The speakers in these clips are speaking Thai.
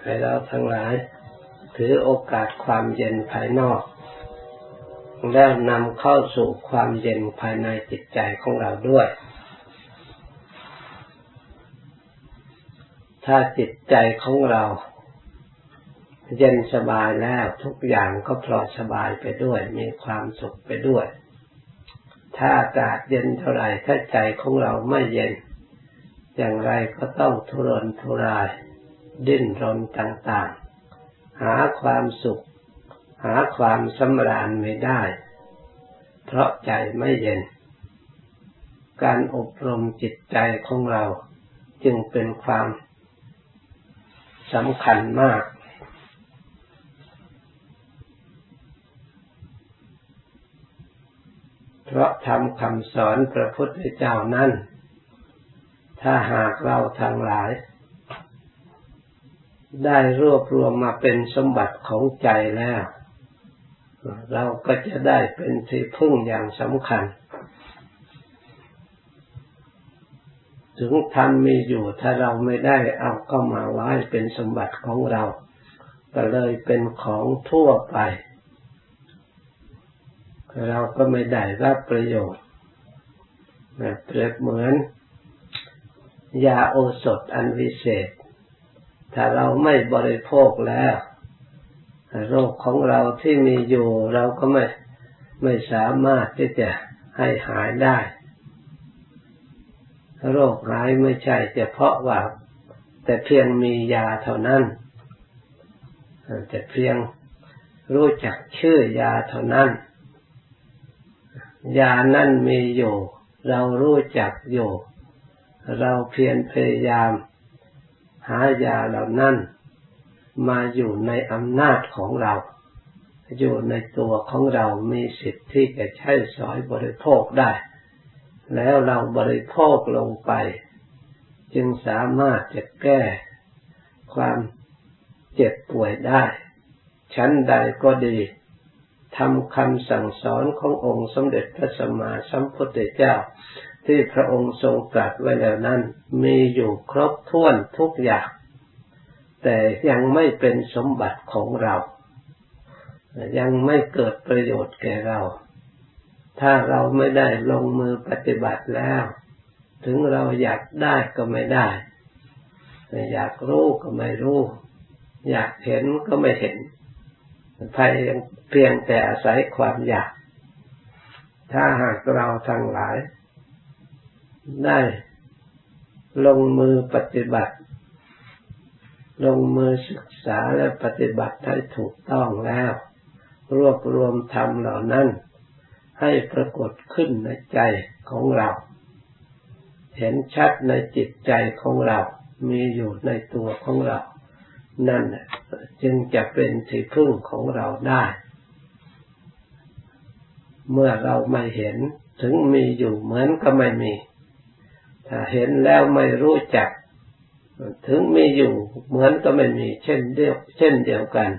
ให้เราทั้งหลายถือโอกาสความเย็นภายนอกแล้วนำเข้าสู่ความเย็นภายในจิตใจของเราด้วยถ้าจิตใจของเราเย็นสบายแล้วทุกอย่างก็ปลอดสบายไปด้วยมีความสุขไปด้วยถ้าอากาศเย็นเท่าไรถ้าใจของเราไม่เย็นอย่างไรก็ต้องทุรนทุรายดิ้นรนต่างๆหาความสุขหาความสำราญไม่ได้เพราะใจไม่เย็นการอบรมจิตใจของเราจึงเป็นความสำคัญมากเพราะธรรมคำสอนพระพุทธเจ้านั้นถ้าหากเราทั้งหลายได้รวบรวมมาเป็นสมบัติของใจแล้วเราก็จะได้เป็นที่พึ่งอย่างสำคัญถึงธรรมมีอยู่ถ้าเราไม่ได้เอาเข้ามาไว้เป็นสมบัติของเราก็เลยเป็นของทั่วไปเราก็ไม่ได้รับประโยชน์เปรียบเหมือนยาโอสถอันวิเศษถ้าเราไม่บริโภคแล้วโรคของเราที่มีอยู่เราก็ไม่สามารถที่จะให้หายได้โรคหายไม่ใช่เฉพาะว่าแต่เพียงมียาเท่านั้นแต่เพียงรู้จักชื่อยาเท่านั้นยานั้นมีอยู่เรารู้จักอยู่เราเพียรพยายามหายาเหล่านั้นมาอยู่ในอำนาจของเราอยู่ในตัวของเรามีสิทธิ์ที่จะใช้สอยบริโภคได้แล้วเราบริโภคลงไปจึงสามารถจะแก้ความเจ็บป่วยได้ชั้นใดก็ดีทำคำสั่งสอนขององค์สมเด็จพระสัมมาสัมพุทธเจ้าที่พระองค์ทรงตรัสไว้แล้วนั้นมีอยู่ครบถ้วนทุกอย่างแต่ยังไม่เป็นสมบัติของเรายังไม่เกิดประโยชน์แก่เราถ้าเราไม่ได้ลงมือปฏิบัติแล้วถึงเราอยากได้ก็ไม่ได้อยากรู้ก็ไม่รู้อยากเห็นก็ไม่เห็นเพียงแต่อาศัยความอยากถ้าหากเราทั้งหลายได้ลงมือปฏิบัติลงมือศึกษาและปฏิบัติให้ถูกต้องแล้วรวบรวมธรรมเหล่านั้นให้ปรากฏขึ้นในใจของเราเห็นชัดในจิตใจของเรามีอยู่ในตัวของเรานั่นจึงจะเป็นที่พึ่งของเราได้เมื่อเราไม่เห็นถึงมีอยู่เหมือนก็ไม่มีถ้าเห็นแล้วไม่รู้จักถึงมีอยู่เหมือนก็ไม่มีเช่นเดียวกัน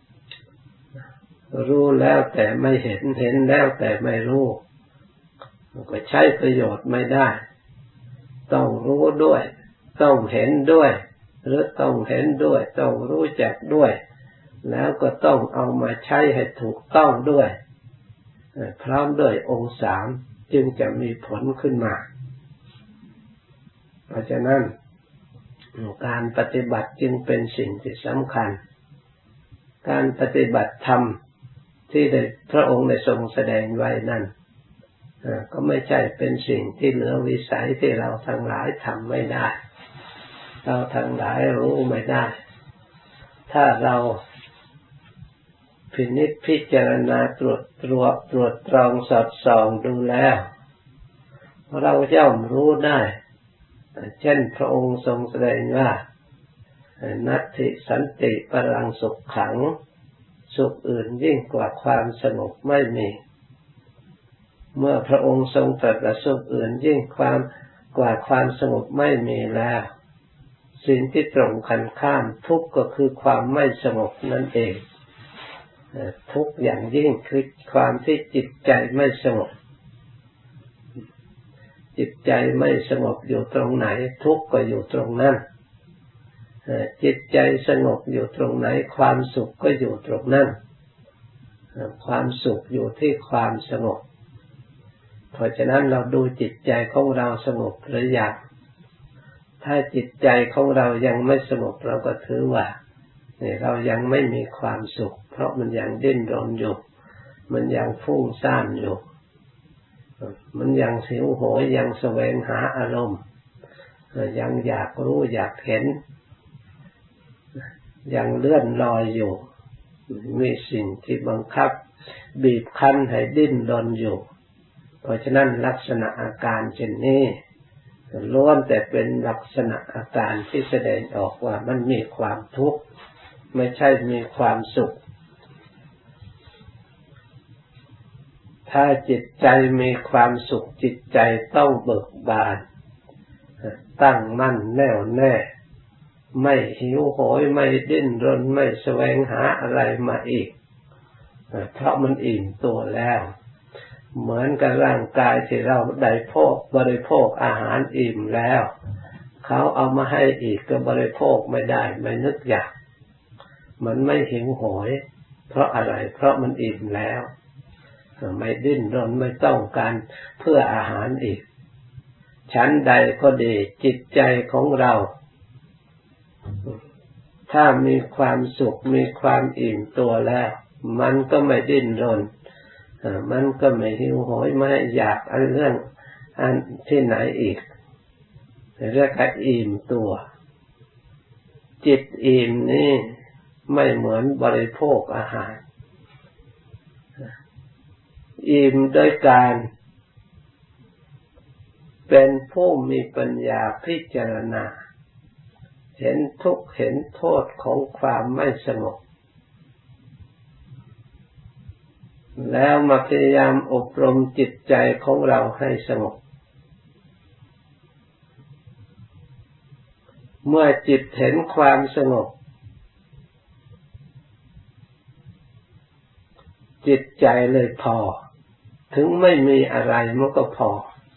รู้แล้วแต่ไม่เห็นเห็นแล้วแต่ไม่รู้ก็ใช้ประโยชน์ไม่ได้ต้องรู้ด้วยต้องเห็นด้วยหรือต้องเห็นด้วยต้องรู้จักด้วยแล้วก็ต้องเอามาใช้ให้ถูกต้องด้วยพร้อมด้วยองค์สามจึงจะมีผลขึ้นมาเพราะฉะนั้นการปฏิบัติจึงเป็นสิ่งที่สำคัญการปฏิบัติธรรมที่พระองค์ได้ทรงแสดงไว้นั่นก็ไม่ใช่เป็นสิ่งที่เหลือวิสัยที่เราทั้งหลายทำไม่ได้เราทั้งหลายรู้ไม่ได้ถ้าเราพินิจพิจารณาตรวจตรองสอดส่องดูแล้วเราย่อมรู้ได้เช่นพระองค์ทรงแสดงว่านัตถิสันติปรังสุขขังสุขอื่นยิ่งกว่าความสงบไม่มีเมื่อพระองค์ทรงตรัสว่าสุขอื่นยิ่งกว่าความสงบไม่มีแล้วสิ่งที่ตรงกันข้ามทุกข์ก็คือความไม่สงบนั่นเองทุกข์อย่างยิ่งคือความที่จิตใจไม่สงบจิตใจไม่สงบอยู่ตรงไหนทุกข์ก็อยู่ตรงนั้นจิตใจสงบอยู่ตรงไหนความสุขก็อยู่ตรงนั้นความสุขอยู่ที่ความสงบเพราะฉะนั้นเราดูจิตใจของเราสงบหรือยังถ้าจิตใจของเรายังไม่สงบเราก็ถือว่าเรายังไม่มีความสุขเพราะมันยังดิ้นรนอยู่มันยังฟุ้งซ่านอยู่มันยังหิวโหยยังแสวงหาอารมณ์ยังอยากรู้อยากเห็นยังเลื่อนลอยอยู่มีสิ่งที่บังคับบีบคั้นให้ดิ้นรนอยู่เพราะฉะนั้นลักษณะอาการเช่นนี้ล้วนแต่เป็นลักษณะอาการที่แสดงออกว่ามันมีความทุกข์ไม่ใช่มีความสุขถ้าจิตใจมีความสุขจิตใจต้องเบิกบานตั้งมั่นแน่วแน่ไม่หิวโหยไม่ดิ้นรนไม่แสวงหาอะไรมาอีกเพราะมันอิ่มตัวแล้วเหมือนกับร่างกายที่เราได้บริโภคอาหารอิ่มแล้วเขาเอามาให้อีกก็บริโภคไม่ได้ไม่นึกอยากมันไม่หิวโหยเพราะอะไรเพราะมันอิ่มแล้วไม่ดิ้นรนไม่ต้องการเพื่ออาหารอีกชั้นใดก็ดีจิตใจของเราถ้ามีความสุขมีความอิ่มตัวแล้วมันก็ไม่ดิ้นรนมันก็ไม่หิวโหยไม่อยากเรื่องอันที่ไหนอีกเรียกว่าอิ่มตัวจิตอิ่มนี่ไม่เหมือนบริโภคอาหารอิ่มโดยการเป็นผู้มีปัญญาพิจารณาเห็นทุกข์เห็นโทษของความไม่สงบแล้วมาพยายามอบรมจิตใจของเราให้สงบเมื่อจิตเห็นความสงบจิตใจเลยพอถึงไม่มีอะไรมันก็พอ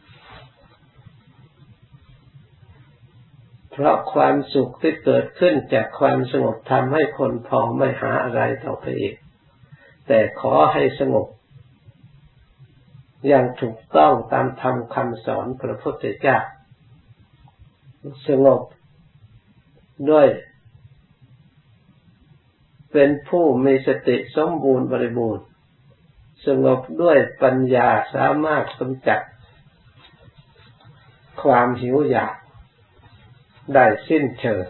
เพราะความสุขที่เกิดขึ้นจากความสงบทำให้คนพอไม่หาอะไรต่อไปอีกแต่ขอให้สงบอย่างถูกต้องตามธรรมคำสอนพระพุทธเจ้าสงบด้วยเป็นผู้มีสติสมบูรณ์บริบูรณ์สงบด้วยปัญญาสามารถกำจัดความหิวอยากได้สิ้นเชิง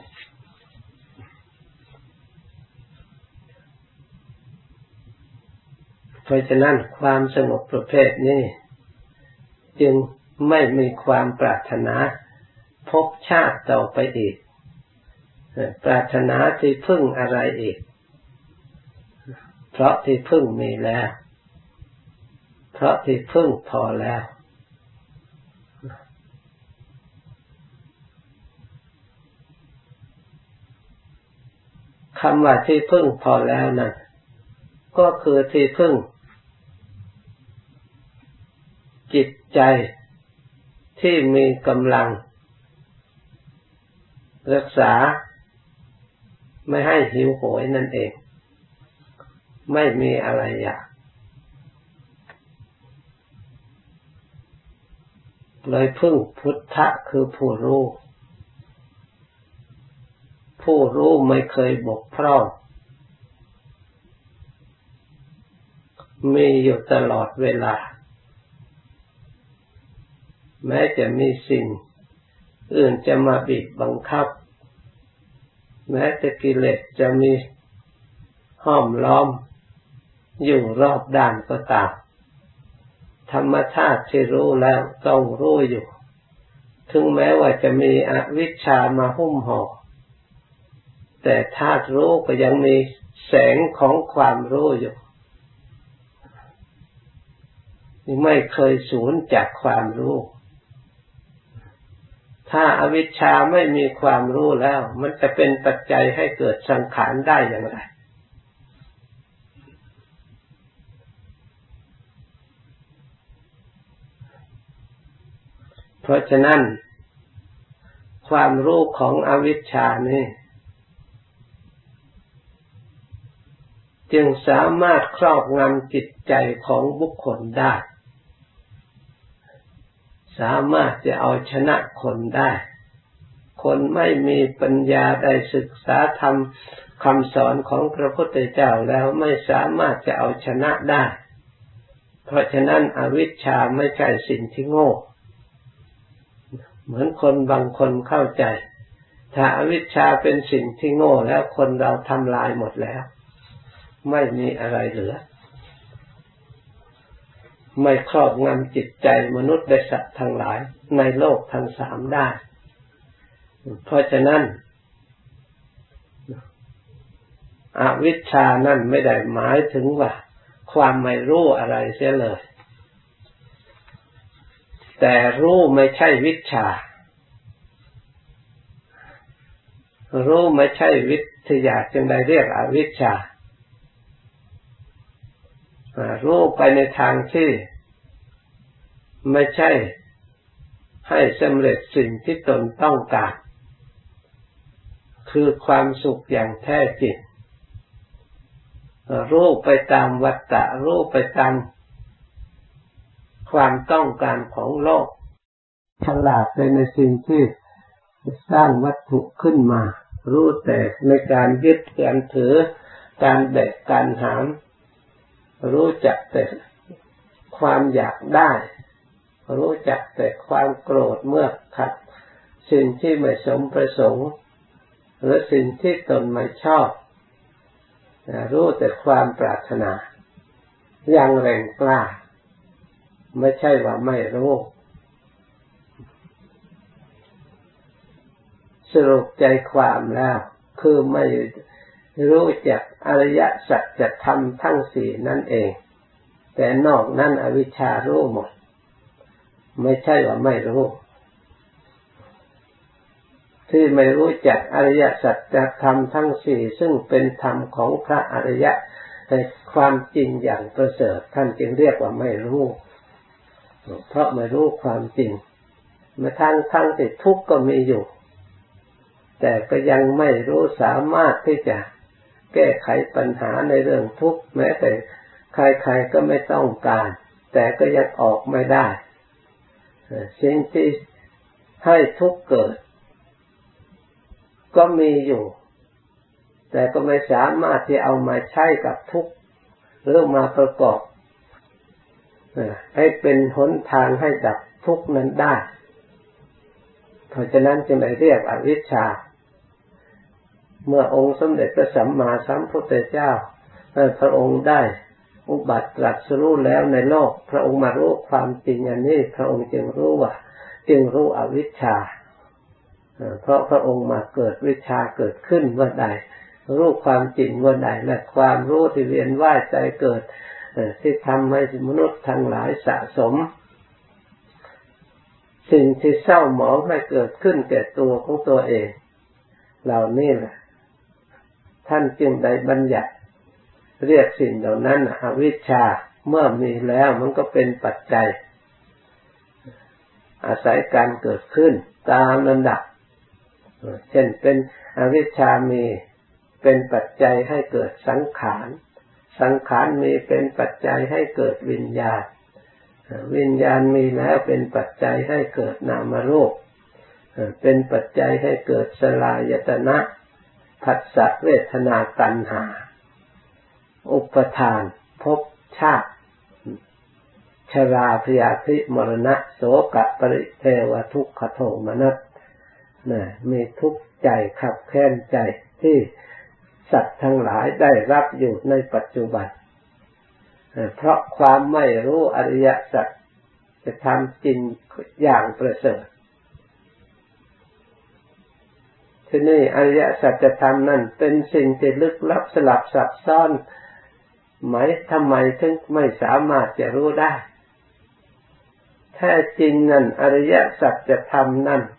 เพราะฉะนั้นความสงบประเภทนี้จึงไม่มีความปรารถนาพบชาติต่อไปอีกปรารถนาที่พึ่งอะไรอีกเพราะที่พึ่งมีแล้วเพราะที่พึ่งพอแล้วคำว่าที่พึ่งพอแล้วนั่นก็คือที่พึ่งจิตใจที่มีกำลังรักษาไม่ให้หิวโหยนั่นเองไม่มีอะไรอยากเลยพึ่งพุทธะคือผู้รู้ผู้รู้ไม่เคยบกพร่องมีอยู่ตลอดเวลาแม้จะมีสิ่งอื่นจะมาบีบบังคับแม้แต่กิเลสจะมีห้อมล้อมอยู่รอบด้านก็ตามธรรมชาติที่รู้แล้วต้องรู้อยู่ถึงแม้ว่าจะมีอวิชชามาหุ้มห่อแต่ธาตุรู้ก็ยังมีแสงของความรู้อยู่ไม่เคยสูญจากความรู้ถ้าอวิชชาไม่มีความรู้แล้วมันจะเป็นปัจจัยให้เกิดสังขารได้อย่างไรเพราะฉะนั้นความรู้ของอวิชชานี่จึงสามารถครอบงำจิตใจของบุคคลได้สามารถจะเอาชนะคนได้คนไม่มีปัญญาได้ศึกษาธรรมคำสอนของพระพุทธเจ้าแล้วไม่สามารถจะเอาชนะได้เพราะฉะนั้นอวิชชาไม่ใช่สิ่งที่โง่เหมือนคนบางคนเข้าใจถ้าอวิชชาเป็นสิ่งที่โง่แล้วคนเราทำลายหมดแล้วไม่มีอะไรเหลือไม่ครอบงำจิตใจมนุษย์และสัตว์ทั้งหลายในโลกทั้งสามได้เพราะฉะนั้นอวิชชานั่นไม่ได้หมายถึงว่าความไม่รู้อะไรเสียเลยแต่รู้ไม่ใช่วิชชารู้ไม่ใช่วิทยาจึงได้เรียกอวิชชารู้ไปในทางที่ไม่ใช่ให้สำเร็จสิ่งที่ตนต้องการคือความสุขอย่างแท้จริงรู้ไปตามวัฏฏะรู้ไปตามความต้องการของโลกฉลาดในสิ่งที่สร้างวัตถุขึ้นมารู้แต่ในการยึดการถือการแบกการหามรู้จักแต่ความอยากได้รู้จักแต่ความโกรธเมื่อขัดสิ่งที่ไม่สมประสงค์หรือสิ่งที่ตนไม่ชอบรู้แต่ความปรารถนาอย่างแรงกล้าไม่ใช่ว่าไม่รู้สรุปใจความแล้วคือไม่รู้จักอริยสัจธรรมทั้งสี่นั่นเองแต่นอกนั้นอวิชชารู้หมดไม่ใช่ว่าไม่รู้ที่ไม่รู้จักอริยสัจธรรมทั้งสี่ซึ่งเป็นธรรมของพระอริยะในความจริงอย่างประเสริฐท่านจึงเรียกว่าไม่รู้เพราะไม่รู้ความจริงมาทั้งที่ทุกข์ก็มีอยู่แต่ก็ยังไม่รู้สามารถที่จะแก้ไขปัญหาในเรื่องทุกข์แม้แต่ใครๆก็ไม่ต้องการแต่ก็ยังออกไม่ได้สิ่งที่ให้ทุกข์เกิดก็มีอยู่แต่ก็ไม่สามารถที่เอามาใช้กับทุกข์หรือมาประกอบให้เป็นหนทางให้ดับทุกข์นั้นได้เพราะฉะนั้นจึงได้เรียกอวิชชาเมื่อองค์สมเด็จพระสัมมาสัมพุทธเจ้าพระองค์ได้อุบัติตรัสรู้แล้วในโลกพระองค์มารู้ความจริงอันนี้พระองค์จึงรู้อวิชชาเพราะพระองค์มาเกิดวิชชาเกิดขึ้นเมื่อใดรู้ความจริงเมื่อใดและความรู้ที่เวียนว่ายใจเกิดที่ทำให้มนุษย์ทั้งหลายสะสมสิ่งที่เศร้าหมองให้เกิดขึ้นแก่ตัวของตัวเองเหล่านี้แหละท่านจึงได้บัญญัติเรียกสิ่งเหล่านั้นอวิชชาเมื่อมีแล้วมันก็เป็นปัจจัยอาศัยการเกิดขึ้นตามลำดับเช่นเป็นอวิชชามีเป็นปัจจัยให้เกิดสังขารสังขารมีเป็นปัจจัยให้เกิดวิญญาณวิญญาณมีแล้วเป็นปัจจัยให้เกิดนามรูปเป็นปัจจัยให้เกิดสลายตนะผัสสะเวทนาตัณหาอุปทานภพชาติชราพยาธิมรณะโสกปริเทวทุกขโทมนัสมีทุกข์ใจขับแค้นใจที่สัตว์ทั้งหลายได้รับอยู่ในปัจจุบันเพราะความไม่รู้อริยสัจจะทำจริงอย่างประเสริฐที่นี่อริยสัจธรรมนั่นเป็นสิ่งที่ลึกลับสลับซับซ้อนทำไมถึงไม่สามารถจะรู้ได้แท้จริงนั่นอริยสัจธรรมนั่น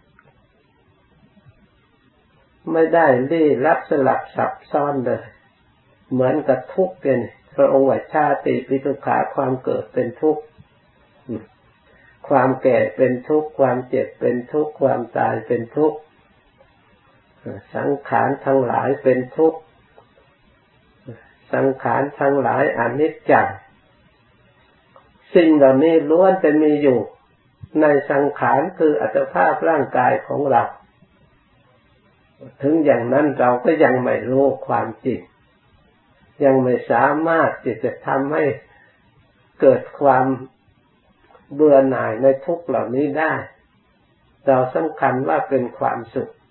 ไม่ได้ลี้ลับสลับซับซ้อนเลยเหมือนกับทุกข์เป็นพระองค์ว่าชาติปิทุกขาความเกิดเป็นทุกข์ความแก่เป็นทุกข์ความเจ็บเป็นทุกข์ความตายเป็นทุกข์สังขารทั้งหลายเป็นทุกข์สังขารทั้งหลายอนิจจังสิ่งเหล่านี้ล้วนแต่มีอยู่ในสังขารคืออัตภาพร่างกายของเราถึงอย่างนั้นเราก็ยังไม่รู้ความจริงยังไม่สามารถที่จะทำให้เกิดความเบื่อหน่ายในทุกข์เหล่านี้ได้เราสำคัญว่าเป็นความสุข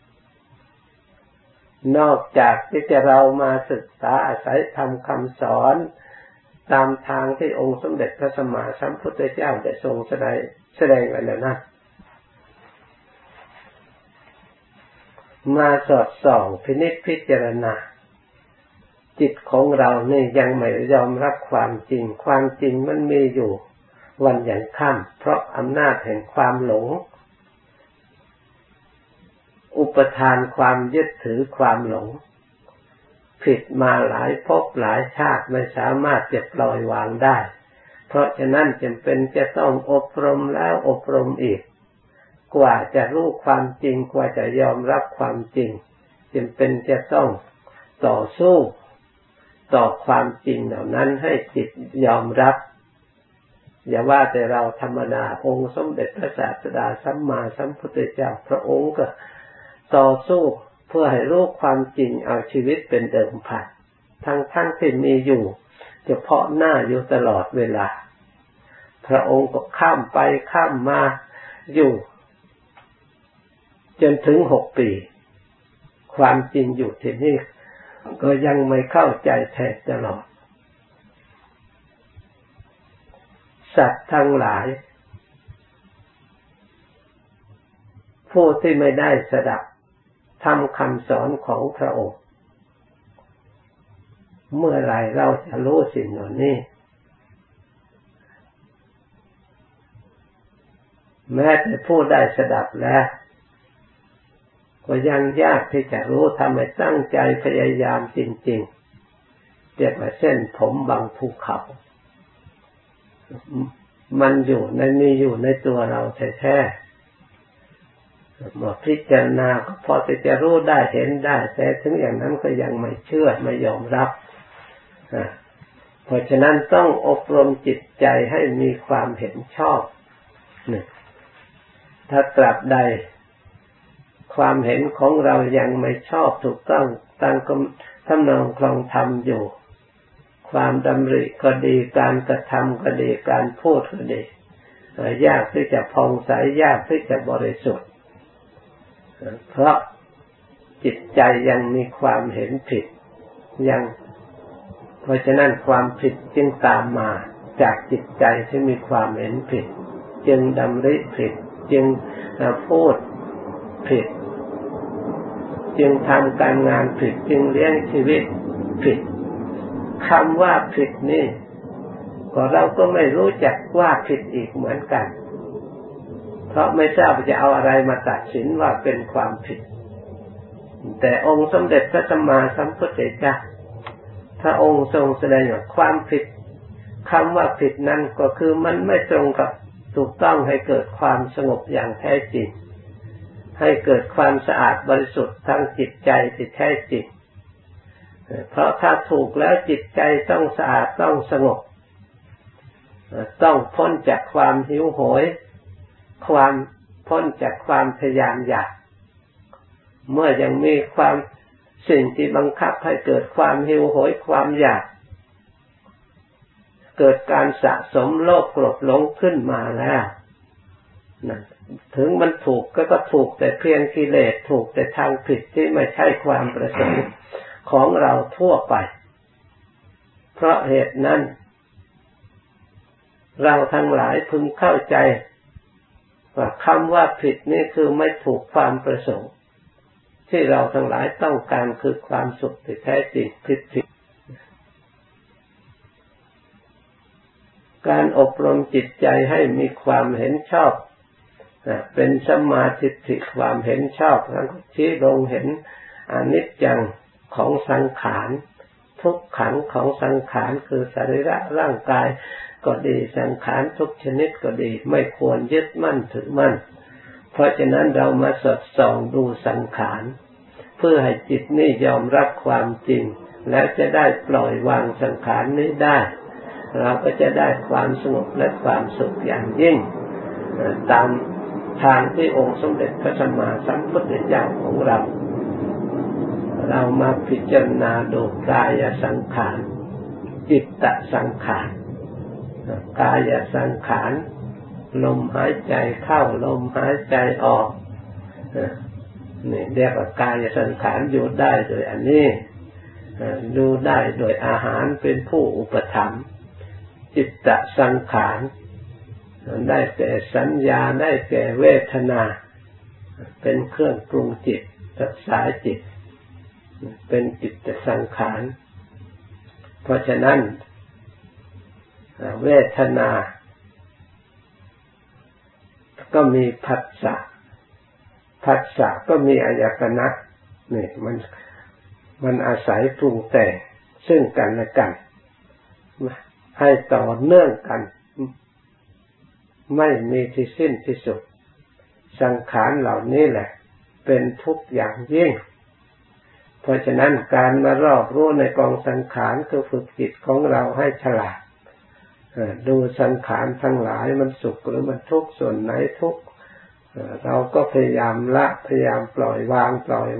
นอกจากที่จะเรามาศึกษาอาศัยธรรมคำสอนตามทางที่องค์สมเด็จพระสัมมาสัมพุทธเจ้าได้ทรงแสดงไว้แล้วนะมาสอดส่องพินิจพิจารณาจิตของเรานี่ยังไม่ยอมรับความจริงความจริงมันมีอยู่วันยังค่ำเพราะอำนาจแห่งความหลงอุปทานความยึดถือความหลงผิดมาหลายภพหลายชาติไม่สามารถจะปล่อยวางได้เพราะฉะนั้นจำเป็นจะต้องอบรมแล้วอบรมอีกกว่าจะรู้ความจริงกว่าจะยอมรับความจริงจำเป็นจะต้องต่อสู้ต่อความจริงเหล่านั้นให้จิตยอมรับอย่าว่าแต่เราธรรมดาองค์สมเด็จพระศาสดาสัมมาสัมพุทธเจ้าพระองค์ก็ต่อสู้เพื่อให้รู้ความจริงเอาชีวิตเป็นเดิมพันทั้งที่มีอยู่เฉพาะหน้าอยู่ตลอดเวลาพระองค์ก็ข้ามไปข้ามมาอยู่จนถึง6 ปีความจริงอยู่ที่นี่ก็ยังไม่เข้าใจแท้ตลอดสัตว์ทั้งหลายผู้ที่ไม่ได้สดับธรรมคำสอนของพระองค์เมื่อไรเราจะรู้สิ่งเหล่านี้แม้แต่ผู้ได้สดับแล้วก็ยังยากที่จะรู้ทำให้ตั้งใจพยายามจริงๆเรียกว่าเส้นผมบางภูเขามันมีอยู่ในตัวเราแท้ๆเมื่อพิจารณาก็พอจะรู้ได้เห็นได้แต่ถึงอย่างนั้นก็ยังไม่เชื่อไม่ยอมรับเพราะฉะนั้นต้องอบรมจิตใจให้มีความเห็นชอบถ้าตราบใดความเห็นของเรายังไม่ชอบถูกต้องตามทำนองครองธรรมอยู่ความดำริก็ดีการกระทำก็ดีการพูดก็ดียากที่จะผ่องใสยากที่จะบริสุทธิ์เพราะจิตใจยังมีความเห็นผิดเพราะฉะนั้นความผิดจึงตามมาจากจิตใจที่มีความเห็นผิดจึงดำริผิดจึงพูดผิดจึงทำการงานผิดจึงเลี้ยงชีวิตผิดคำว่าผิดนี่ก็เราก็ไม่รู้จักว่าผิดอีกเหมือนกันเพราะไม่ทราบจะเอาอะไรมาตัดสินว่าเป็นความผิดแต่องค์สมเด็จพระสัมมาสัมพุทธเจ้าพระองค์ทรงแสดงว่าความผิดคำว่าผิดนั้นก็คือมันไม่ตรงกับถูกต้องให้เกิดความสงบอย่างแท้จริงให้เกิดความสะอาดบริสุทธิ์ทั้งจิตใจที่แท้จริงเพราะถ้าถูกแล้วจิตใจต้องสะอาดต้องสงบต้องพ้นจากความหิวโหยความพ้นจากความทะยานอยากเมื่อยังมีความสิ่งที่บังคับให้เกิดความหิวโหยความอยากเกิดการสะสมโลภโกรธหลงขึ้นมาแล้วนั่นถึงมันถูกก็ถูกแต่เพียงกิเลสถูกแต่ทางผิดที่ไม่ใช่ความประสงค์ของเราทั่วไปเพราะเหตุนั้นเราทั้งหลายพึงเข้าใจว่าคำว่าผิดนี่คือไม่ถูกความประสงค์ที่เราทั้งหลายต้องการคือความสุขที่แท้จริงผิดการอบรมจิตใจให้มีความเห็นชอบเป็นสัมมาทิฏฐิความเห็นชอบแล้วชี้ลงเห็นอนิจจังของสังขารทุกขังของสังขารคือสรีระร่างกายก็ดีสังขารทุกชนิดก็ดีไม่ควรยึดมั่นถือมั่นเพราะฉะนั้นเรามาสอดส่องดูสังขารเพื่อให้จิตนี่ยอมรับความจริงและจะได้ปล่อยวางสังขารนี้ได้เราก็จะได้ความสงบและความสุขอย่างยิ่งตามทางที่องค์สมเด็จพระสัมมาสัมพุทธเจ้าของเรามาพิจารณาดูกายสังขารจิตตสังขารกายสังขารลมหายใจเข้าลมหายใจออกนี่เรียกว่ากายสังขารอยู่ได้โดยอันนี้อยู่ได้โดยอาหารเป็นผู้อุปถัมภ์จิตตสังขารได้แก่สัญญาได้แก่เวทนาเป็นเครื่องปรุงจิตรักษาจิตเป็นจิตตสังขารเพราะฉะนั้นเวทนาก็มีผัสสะก็มีอายตนะนี่มันอาศัยปรุงแต่งซึ่งกันและกันให้ต่อเนื่องกันไม่มีที่สิ้นที่สุดสังขารเหล่านี้แหละเป็นทุกข์อย่างยิ่งเพราะฉะนั้นการมารอบรู้ในกองสังขารคือฝึกจิตของเราให้ฉลาดดูสังขารทั้งหลายมันสุขหรือมันทุกข์ส่วนไหนทุกข์เราก็พยายามละพยายามปล่อยวาง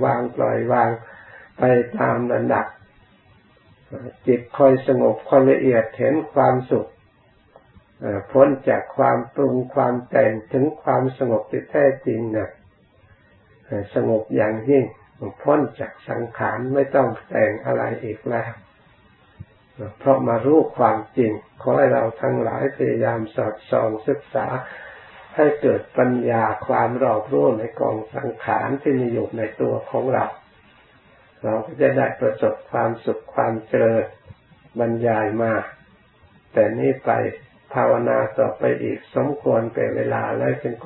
ไปตามระดับจิตค่อยสงบค่อยละเอียดเห็นความสุขพ้นจากความปรุงความแต่งถึงความสงบที่แท้จริงนะสงบอย่างยิ่งพ้นจากสังขารไม่ต้องแต่งอะไรอีกแล้วเพราะมารู้ความจริงขอให้เราทั้งหลายพยายามสอดส่องศึกษาให้เกิดปัญญาความรอบรู้ในกองสังขารที่มีอยู่ในตัวของเราก็จะได้ประสบความสุขความเจริญบรรยายมาแต่นี้ไปภาวนาต่อไปอีกสมควรแก่เวลาแล้วจึง